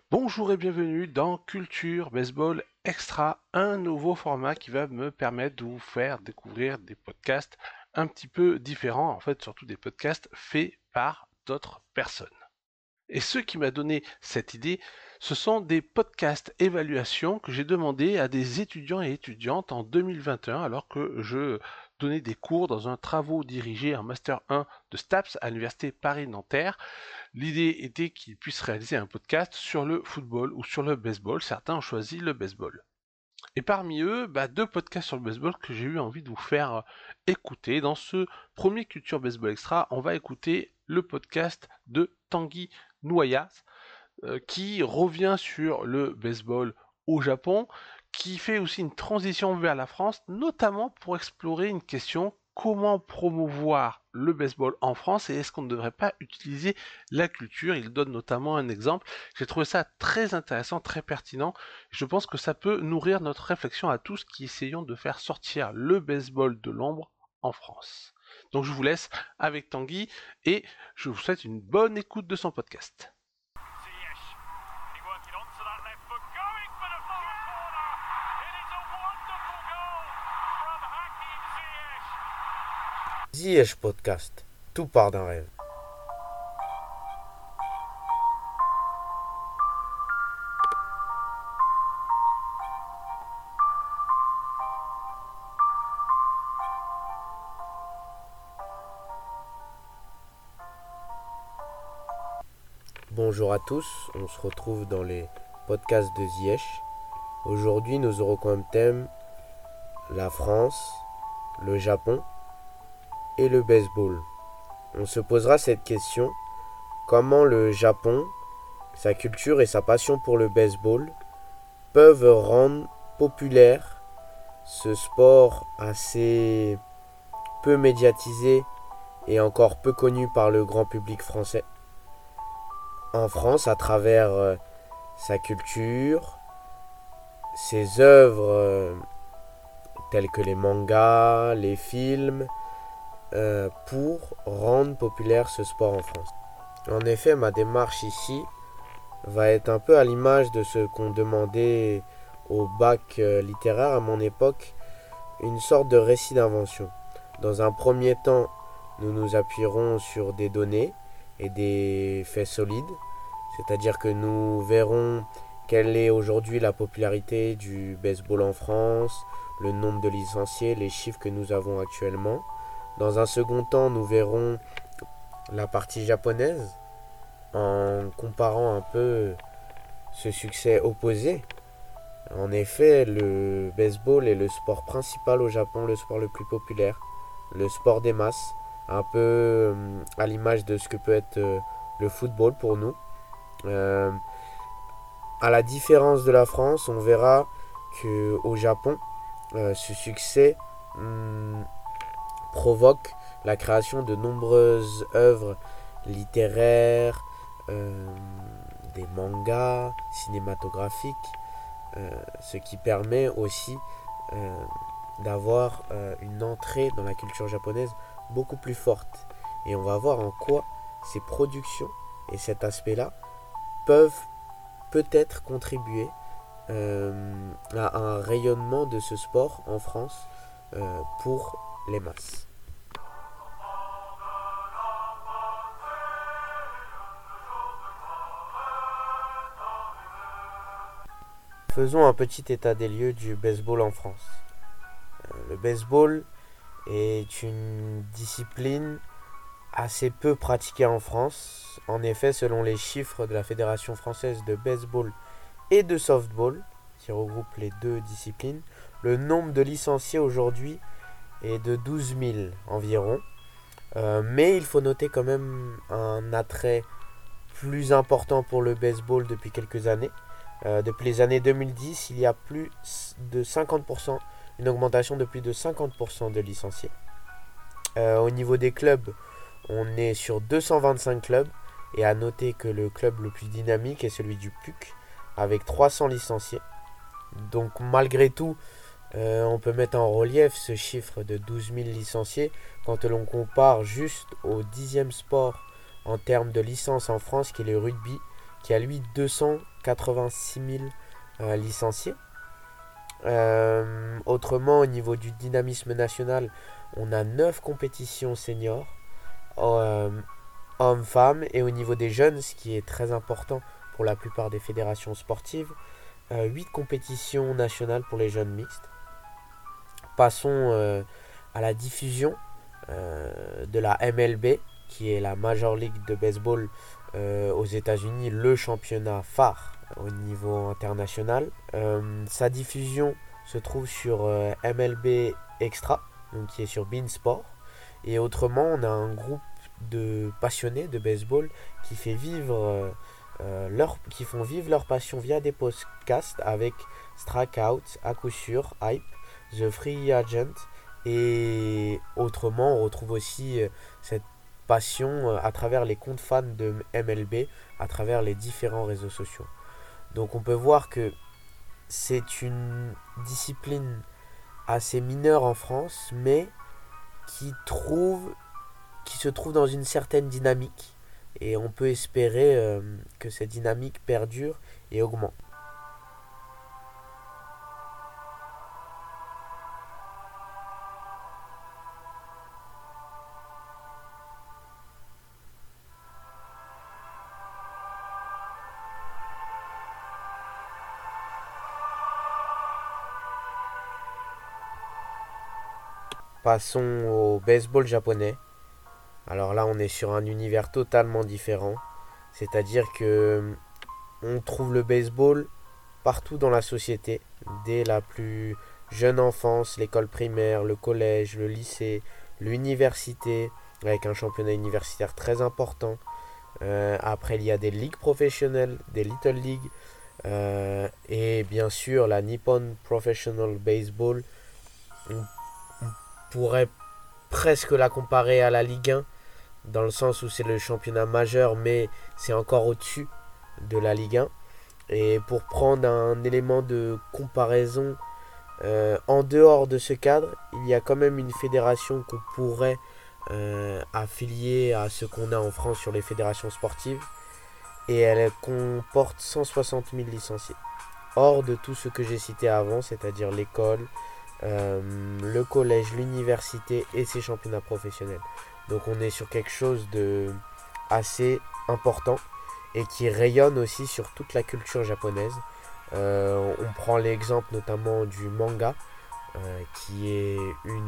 Bonjour et bienvenue dans Culture Baseball Extra, un nouveau format qui va me permettre de vous faire découvrir des podcasts un petit peu différents, en fait surtout des podcasts faits par d'autres personnes. Et ce qui m'a donné cette idée, ce sont des podcasts évaluation que j'ai demandé à des étudiants et étudiantes en 2021 alors que je donnais des cours dans un travaux dirigé en Master 1 de STAPS à l'Université Paris-Nanterre. L'idée était qu'ils puissent réaliser un podcast sur le football ou sur le baseball. Certains ont choisi le baseball. Et parmi eux, deux podcasts sur le baseball que j'ai eu envie de vous faire écouter. Dans ce premier Culture Baseball Extra, on va écouter le podcast de Tanguy Noyas, qui revient sur le baseball au Japon, qui fait aussi une transition vers la France, notamment pour explorer une question: comment promouvoir le baseball en France et est-ce qu'on ne devrait pas utiliser la culture? Il donne notamment un exemple. J'ai trouvé ça très intéressant, très pertinent. Je pense que ça peut nourrir notre réflexion à tous qui essayons de faire sortir le baseball de l'ombre en France. Donc je vous laisse avec Tanguy et je vous souhaite une bonne écoute de son podcast. Ziyech Podcast, tout part d'un rêve. Bonjour à tous, on se retrouve dans les podcasts de Ziyech. Aujourd'hui, nous aurons comme thème la France, le Japon et le baseball. On se posera cette question: comment le Japon, sa culture et sa passion pour le baseball peuvent rendre populaire ce sport assez peu médiatisé et encore peu connu par le grand public français en France à travers sa culture, ses œuvres telles que les mangas, les films, pour rendre populaire ce sport en France. En effet, ma démarche ici va être un peu à l'image de ce qu'on demandait au bac littéraire à mon époque, une sorte de récit d'invention. Dans un premier temps, nous nous appuierons sur des données et des faits solides, c'est-à-dire que nous verrons quelle est aujourd'hui la popularité du baseball en France, le nombre de licenciés, les chiffres que nous avons actuellement. Dans un second temps, nous verrons la partie japonaise en comparant un peu ce succès opposé. En effet, le baseball est le sport principal au Japon, le sport le plus populaire, le sport des masses, un peu à l'image de ce que peut être le football pour nous. Euh, à la différence de la France, on verra que au Japon, ce succès provoque la création de nombreuses œuvres littéraires, des mangas cinématographiques, ce qui permet aussi d'avoir une entrée dans la culture japonaise beaucoup plus forte. Et on va voir en quoi ces productions et cet aspect-là peuvent peut-être contribuer à un rayonnement de ce sport en France pour les masses. Faisons un petit état des lieux du baseball en France. Le baseball est une discipline assez peu pratiquée en France. En effet, selon les chiffres de la Fédération française de baseball et de softball, qui regroupe les deux disciplines, le nombre de licenciés aujourd'hui est de 12 000 environ. Mais il faut noter quand même un attrait plus important pour le baseball depuis quelques années. Depuis les années 2010, il y a plus de 50%, une augmentation de plus de 50% de licenciés. Au niveau des clubs, on est sur 225 clubs, et à noter que le club le plus dynamique est celui du PUC, avec 300 licenciés. Donc malgré tout, on peut mettre en relief ce chiffre de 12 000 licenciés quand l'on compare juste au 10e sport en termes de licence en France, qui est le rugby, qui a lui 200 86 000 licenciés. Autrement, au niveau du dynamisme national, on a 9 compétitions seniors, hommes-femmes, et au niveau des jeunes, ce qui est très important pour la plupart des fédérations sportives, 8 compétitions nationales pour les jeunes mixtes. Passons à la diffusion de la MLB, qui est la Major League de Baseball aux États-Unis, le championnat phare au niveau international. Sa diffusion se trouve sur MLB Extra, donc qui est sur beIN Sport. Et autrement, on a un groupe de passionnés de baseball qui font vivre leur passion via des podcasts avec Strikeout, à coup sûr, Hype, The Free Agent. Et autrement, on retrouve aussi cette passion à travers les comptes fans de MLB, à travers les différents réseaux sociaux. Donc on peut voir que c'est une discipline assez mineure en France, mais qui se trouve dans une certaine dynamique. Et on peut espérer que cette dynamique perdure et augmente. Passons au baseball japonais. Alors là, on est sur un univers totalement différent. C'est-à-dire que on trouve le baseball partout dans la société, dès la plus jeune enfance, l'école primaire, le collège, le lycée, l'université, avec un championnat universitaire très important. Après, il y a des ligues professionnelles, des Little League, et bien sûr la Nippon Professional Baseball. On pourrait presque la comparer à la Ligue 1, dans le sens où c'est le championnat majeur, mais c'est encore au-dessus de la Ligue 1. Et pour prendre un élément de comparaison, en dehors de ce cadre, il y a quand même une fédération qu'on pourrait affilier à ce qu'on a en France sur les fédérations sportives, et elle comporte 160 000 licenciés. Hors de tout ce que j'ai cité avant, c'est-à-dire l'école, le collège, l'université et ses championnats professionnels. Donc on est sur quelque chose de assez important et qui rayonne aussi sur toute la culture japonaise. On prend l'exemple notamment du manga, qui est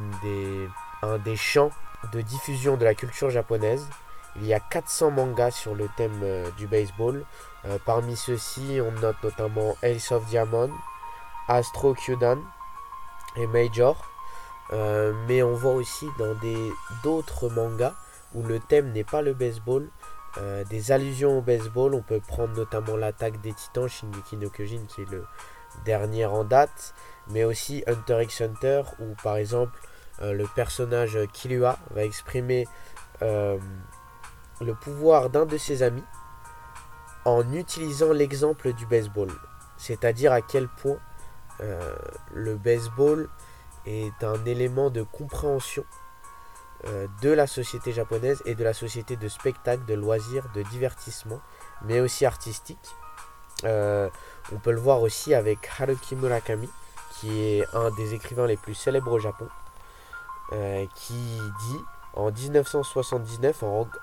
un des champs de diffusion de la culture japonaise. Il y a 400 mangas sur le thème du baseball. Parmi ceux-ci, on note notamment Ace of Diamond, Astro Kyudan et Major. Mais on voit aussi dans d'autres mangas où le thème n'est pas le baseball, des allusions au baseball. On peut prendre notamment l'attaque des titans, Shingeki no Kyojin, qui est le dernier en date, mais aussi Hunter x Hunter, où par exemple le personnage Killua va exprimer le pouvoir d'un de ses amis en utilisant l'exemple du baseball, c'est-à-dire à quel point le baseball est un élément de compréhension de la société japonaise et de la société de spectacle, de loisirs, de divertissement, mais aussi artistique. On peut le voir aussi avec Haruki Murakami, qui est un des écrivains les plus célèbres au Japon, qui dit en 1979,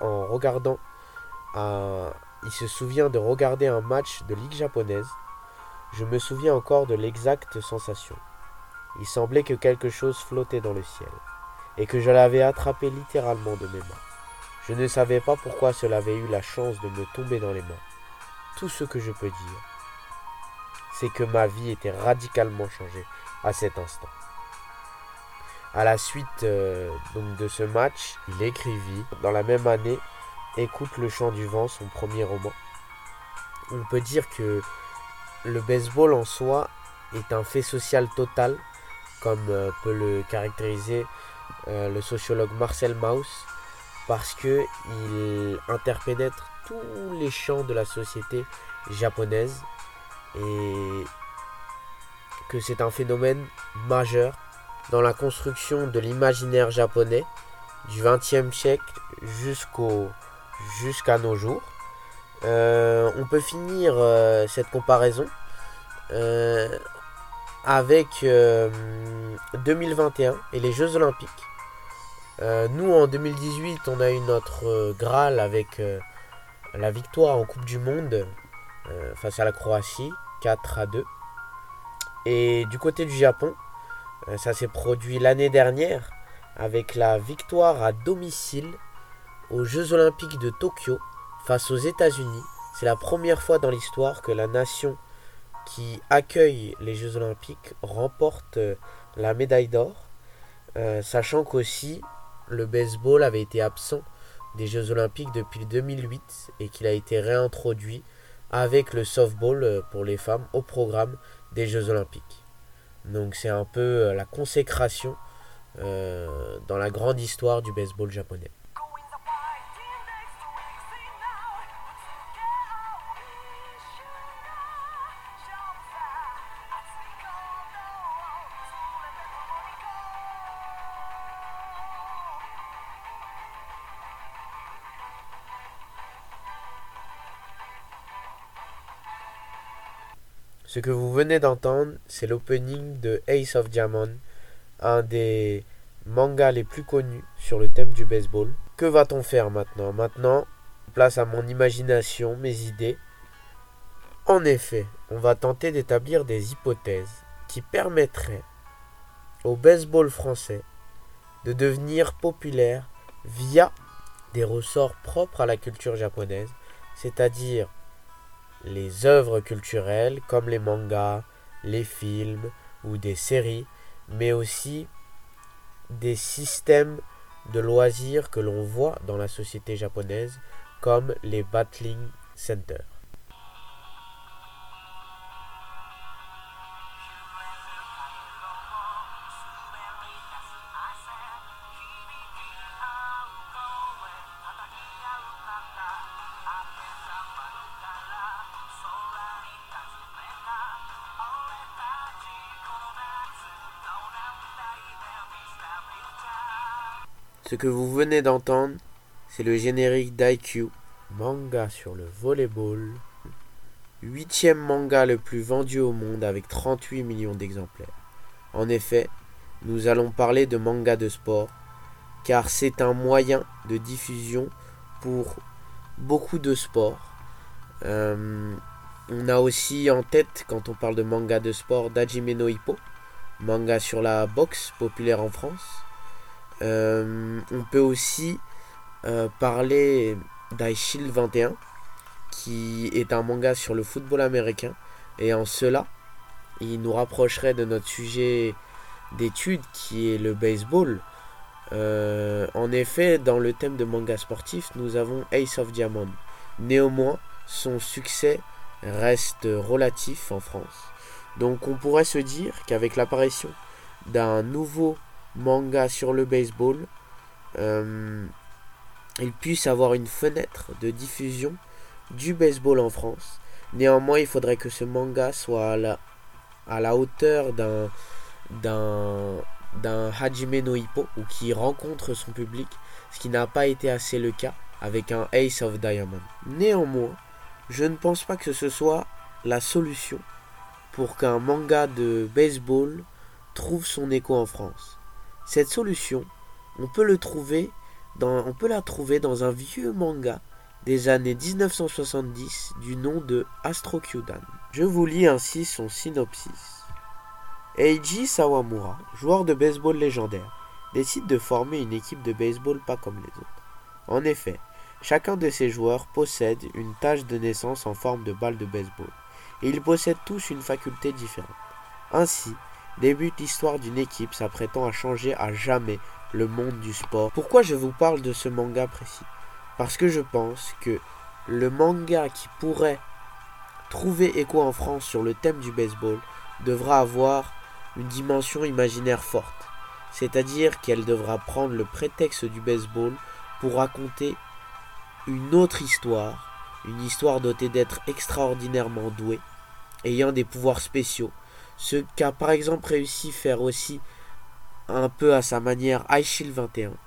il se souvient de regarder un match de ligue japonaise. Je me souviens encore de l'exacte sensation. Il semblait que quelque chose flottait dans le ciel, et que je l'avais attrapé littéralement de mes mains. Je ne savais pas pourquoi cela avait eu la chance de me tomber dans les mains. Tout ce que je peux dire, c'est que ma vie était radicalement changée à cet instant. À la suite donc de ce match, il écrivit, dans la même année, Écoute le chant du vent, son premier roman. On peut dire que le baseball en soi est un fait social total, comme peut le caractériser le sociologue Marcel Mauss, parce qu'il interpénètre tous les champs de la société japonaise et que c'est un phénomène majeur dans la construction de l'imaginaire japonais du XXe siècle jusqu'à nos jours. On peut finir cette comparaison euh, avec 2021 et les Jeux Olympiques. Nous, en 2018, on a eu notre Graal avec la victoire en Coupe du Monde face à la Croatie, 4-2. Et du côté du Japon, ça s'est produit l'année dernière avec la victoire à domicile aux Jeux Olympiques de Tokyo face aux États-Unis. C'est la première fois dans l'histoire que la nation qui accueille les Jeux Olympiques remporte la médaille d'or, sachant qu'aussi le baseball avait été absent des Jeux Olympiques depuis 2008 et qu'il a été réintroduit avec le softball pour les femmes au programme des Jeux Olympiques. Donc c'est un peu la consécration dans la grande histoire du baseball japonais. Ce que vous venez d'entendre, c'est l'opening de Ace of Diamond, un des mangas les plus connus sur le thème du baseball. Que va-t-on faire maintenant? Maintenant, place à mon imagination, mes idées. En effet, on va tenter d'établir des hypothèses qui permettraient au baseball français de devenir populaire via des ressorts propres à la culture japonaise, c'est-à-dire les œuvres culturelles comme les mangas, les films ou des séries, mais aussi des systèmes de loisirs que l'on voit dans la société japonaise comme les battling centers. Ce que vous venez d'entendre, c'est le générique d'IQ, manga sur le volleyball, 8e manga le plus vendu au monde avec 38 millions d'exemplaires. En effet, nous allons parler de manga de sport, car c'est un moyen de diffusion pour beaucoup de sports. On a aussi en tête, quand on parle de manga de sport, Dajime no Ippo, manga sur la boxe populaire en France. On peut aussi parler d'Aishil 21 qui est un manga sur le football américain, et en cela il nous rapprocherait de notre sujet d'étude qui est le baseball. En effet, dans le thème de manga sportif, nous avons Ace of Diamond. Néanmoins, son succès reste relatif en France. Donc on pourrait se dire qu'avec l'apparition d'un nouveau manga sur le baseball, il puisse avoir une fenêtre de diffusion du baseball en France. Néanmoins, il faudrait que ce manga soit à la hauteur d'un Hajime no Ippo, ou qui rencontre son public, ce qui n'a pas été assez le cas avec un Ace of Diamond. Néanmoins, je ne pense pas que ce soit la solution pour qu'un manga de baseball trouve son écho en France. Cette solution, on peut la trouver dans un vieux manga des années 1970 du nom de Astro Kyudan. Je vous lis ainsi son synopsis. Eiji Sawamura, joueur de baseball légendaire, décide de former une équipe de baseball pas comme les autres. En effet, chacun de ces joueurs possède une tache de naissance en forme de balle de baseball, et ils possèdent tous une faculté différente. Ainsi, débute l'histoire d'une équipe s'apprêtant à changer à jamais le monde du sport. Pourquoi je vous parle de ce manga précis? Parce que je pense que le manga qui pourrait trouver écho en France sur le thème du baseball devra avoir une dimension imaginaire forte. C'est-à-dire qu'elle devra prendre le prétexte du baseball pour raconter une autre histoire, une histoire dotée d'êtres extraordinairement doués, ayant des pouvoirs spéciaux, ce qu'a par exemple réussi faire aussi un peu à sa manière Aishil 21,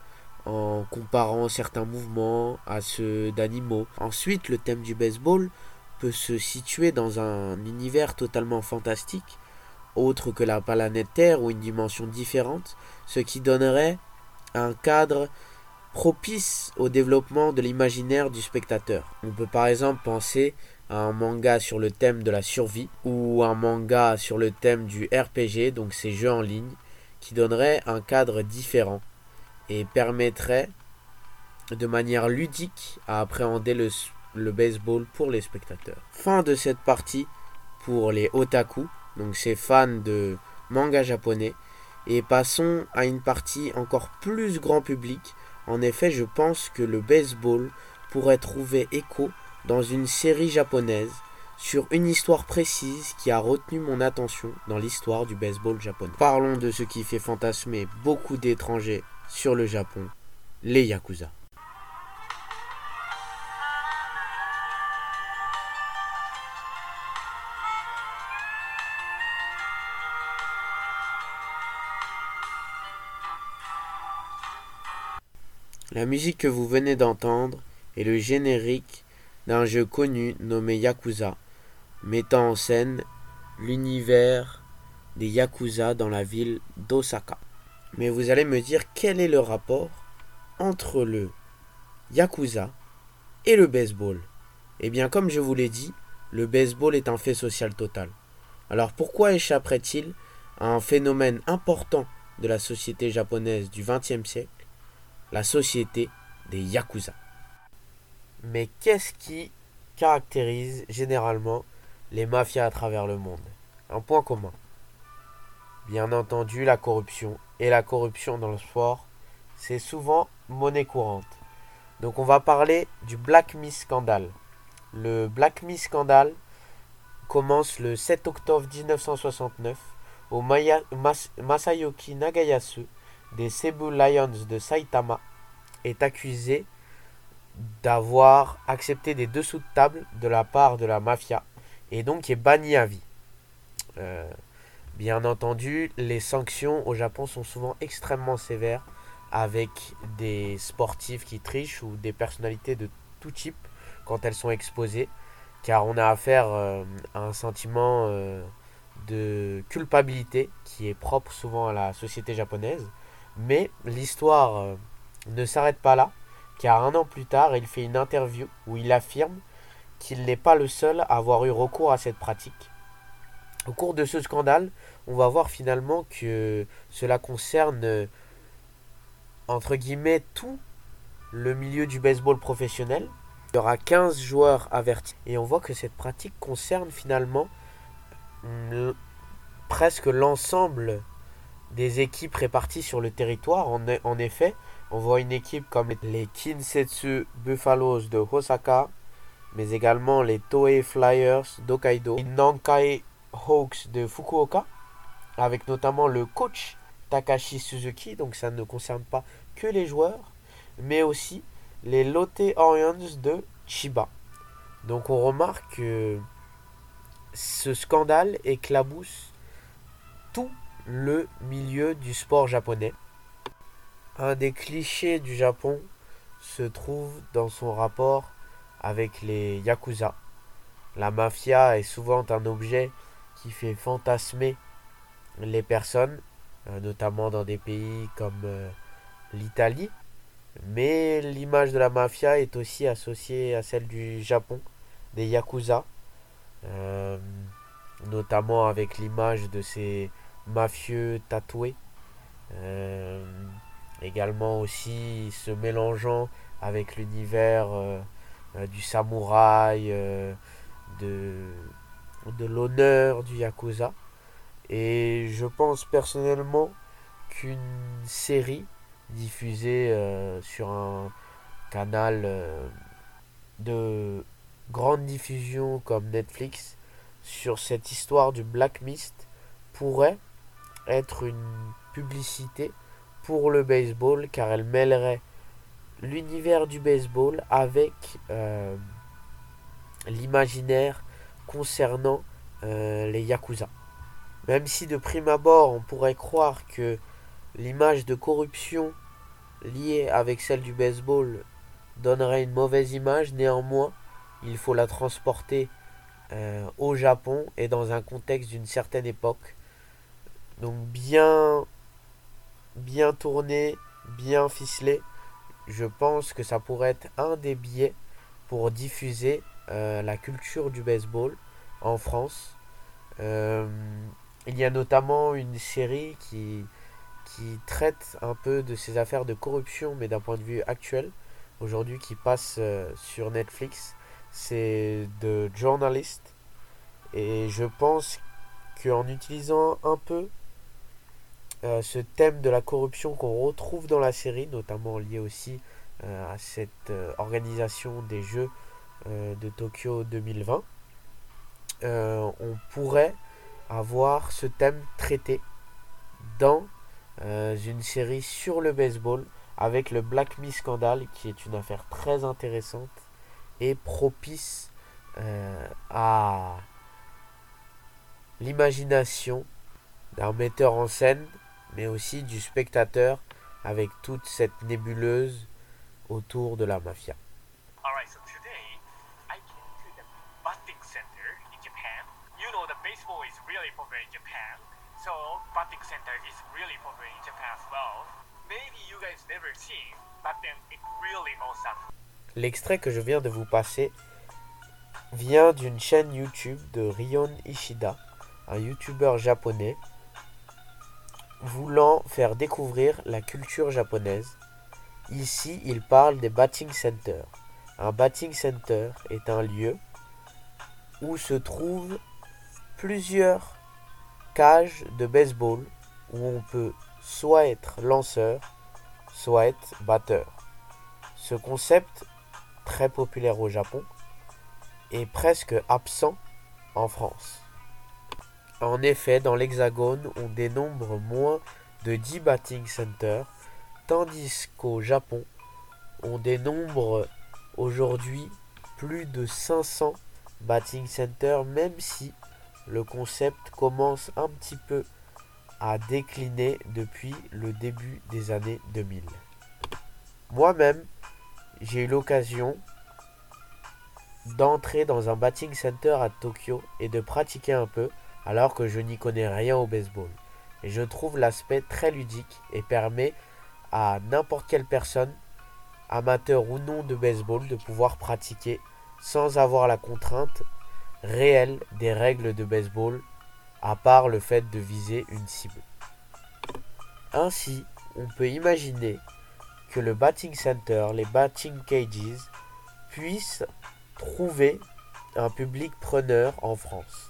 en comparant certains mouvements à ceux d'animaux. Ensuite, le thème du baseball peut se situer dans un univers totalement fantastique, autre que la planète Terre ou une dimension différente, ce qui donnerait un cadre propice au développement de l'imaginaire du spectateur. On peut par exemple penser à un manga sur le thème de la survie ou un manga sur le thème du RPG, donc ces jeux en ligne, qui donnerait un cadre différent et permettrait de manière ludique à appréhender le baseball pour les spectateurs. Fin de cette partie pour les otaku, donc ces fans de manga japonais, et passons à une partie encore plus grand public. En effet, je pense que le baseball pourrait trouver écho dans une série japonaise sur une histoire précise qui a retenu mon attention dans l'histoire du baseball japonais. Parlons de ce qui fait fantasmer beaucoup d'étrangers sur le Japon, les Yakuza. La musique que vous venez d'entendre est le générique d'un jeu connu nommé Yakuza, mettant en scène l'univers des Yakuza dans la ville d'Osaka. Mais vous allez me dire quel est le rapport entre le Yakuza et le baseball. Eh bien, comme je vous l'ai dit, le baseball est un fait social total. Alors pourquoi échapperait-il à un phénomène important de la société japonaise du XXe siècle, la société des Yakuza? Mais qu'est-ce qui caractérise généralement les mafias à travers le monde? Un point commun. Bien entendu, la corruption. Et la corruption dans le sport, c'est souvent monnaie courante. Donc on va parler du Black Miss Scandal. Le Black Miss Scandal commence le 7 octobre 1969 au Masayoshi Nagayasu des Cebu Lions de Saitama est accusé d'avoir accepté des dessous de table de la part de la mafia et donc est banni à vie. Bien entendu, les sanctions au Japon sont souvent extrêmement sévères avec des sportifs qui trichent ou des personnalités de tout type quand elles sont exposées, car on a affaire à un sentiment de culpabilité qui est propre souvent à la société japonaise. Mais l'histoire ne s'arrête pas là, car un an plus tard, il fait une interview où il affirme qu'il n'est pas le seul à avoir eu recours à cette pratique. Au cours de ce scandale, on va voir finalement que cela concerne entre guillemets tout le milieu du baseball professionnel. Il y aura 15 joueurs avertis et on voit que cette pratique concerne finalement presque l'ensemble des équipes réparties sur le territoire. En effet, on voit une équipe comme les Kinsetsu Buffaloes de Osaka, mais également les Toei Flyers d'Hokkaido, les Nankai Hawks de Fukuoka, avec notamment le coach Takashi Suzuki, donc ça ne concerne pas que les joueurs, mais aussi les Lotte Orions de Chiba. Donc on remarque que ce scandale éclabousse tout le milieu du sport japonais. Un des clichés du Japon se trouve dans son rapport avec les Yakuza. La mafia est souvent un objet qui fait fantasmer les personnes, notamment dans des pays comme l'Italie. Mais l'image de la mafia est aussi associée à celle du Japon, des Yakuza, notamment avec l'image de ces mafieux tatoués, également aussi se mélangeant avec l'univers du samouraï, de l'honneur du Yakuza. Et je pense personnellement qu'une série diffusée sur un canal de grande diffusion comme Netflix sur cette histoire du Black Mist pourrait être une publicité pour le baseball, car elle mêlerait l'univers du baseball avec l'imaginaire concernant les Yakuza. Même si de prime abord on pourrait croire que l'image de corruption liée avec celle du baseball donnerait une mauvaise image. Néanmoins, il faut la transporter au Japon et dans un contexte d'une certaine époque. Donc bien tourné, bien ficelé, je pense que ça pourrait être un des biais pour diffuser la culture du baseball en France. Il y a notamment une série qui traite un peu de ces affaires de corruption, mais d'un point de vue actuel, aujourd'hui qui passe sur Netflix. C'est The Journalist. Et je pense qu'en utilisant un peu ce thème de la corruption qu'on retrouve dans la série, notamment lié aussi à cette organisation des Jeux de Tokyo 2020, on pourrait avoir ce thème traité dans une série sur le baseball avec le Black Me Scandal, qui est une affaire très intéressante et propice à l'imagination d'un metteur en scène, mais aussi du spectateur, avec toute cette nébuleuse autour de la mafia. Alright, so today I came to the batting center in Japan. You know the baseball is really popular in Japan, so batting center is really popular in Japan as well. Maybe you guys never seen, but then it's really awesome. L'extrait que je viens de vous passer vient d'une chaîne YouTube de Rion Ishida, un youtubeur japonais voulant faire découvrir la culture japonaise. Ici, il parle des batting centers. Un batting center est un lieu où se trouvent plusieurs cages de baseball où on peut soit être lanceur, soit être batteur. Ce concept, très populaire au Japon, est presque absent en France. En effet, dans l'Hexagone, on dénombre moins de 10 batting centers, tandis qu'au Japon, on dénombre aujourd'hui plus de 500 batting centers, même si le concept commence un petit peu à décliner depuis le début des années 2000. Moi-même, j'ai eu l'occasion d'entrer dans un batting center à Tokyo et de pratiquer un peu, alors que je n'y connais rien au baseball. Et je trouve l'aspect très ludique et permet à n'importe quelle personne, amateur ou non de baseball, de pouvoir pratiquer sans avoir la contrainte réelle des règles de baseball, à part le fait de viser une cible. Ainsi, on peut imaginer que le batting center, les batting cages, puissent trouver un public preneur en France.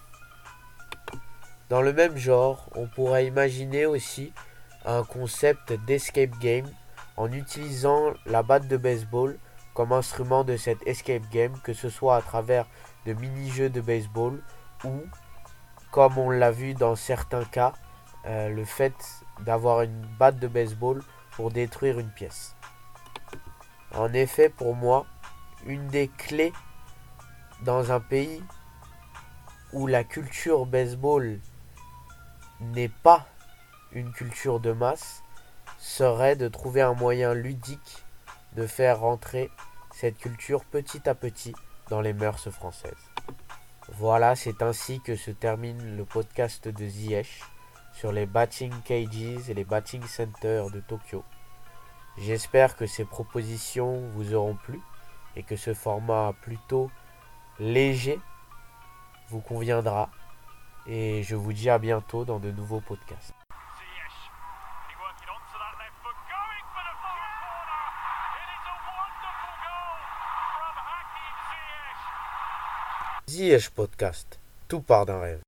Dans le même genre, on pourrait imaginer aussi un concept d'escape game en utilisant la batte de baseball comme instrument de cette escape game, que ce soit à travers de mini-jeux de baseball ou, comme on l'a vu dans certains cas, le fait d'avoir une batte de baseball pour détruire une pièce. En effet, pour moi, une des clés dans un pays où la culture baseball n'est pas une culture de masse serait de trouver un moyen ludique de faire rentrer cette culture petit à petit dans les mœurs françaises. Voilà, c'est ainsi que se termine le podcast de Ziyech sur les batting cages et les batting centers de Tokyo. J'espère que ces propositions vous auront plu et que ce format plutôt léger vous conviendra. Et je vous dis à bientôt dans de nouveaux podcasts. Ziyech Podcast, tout part d'un rêve.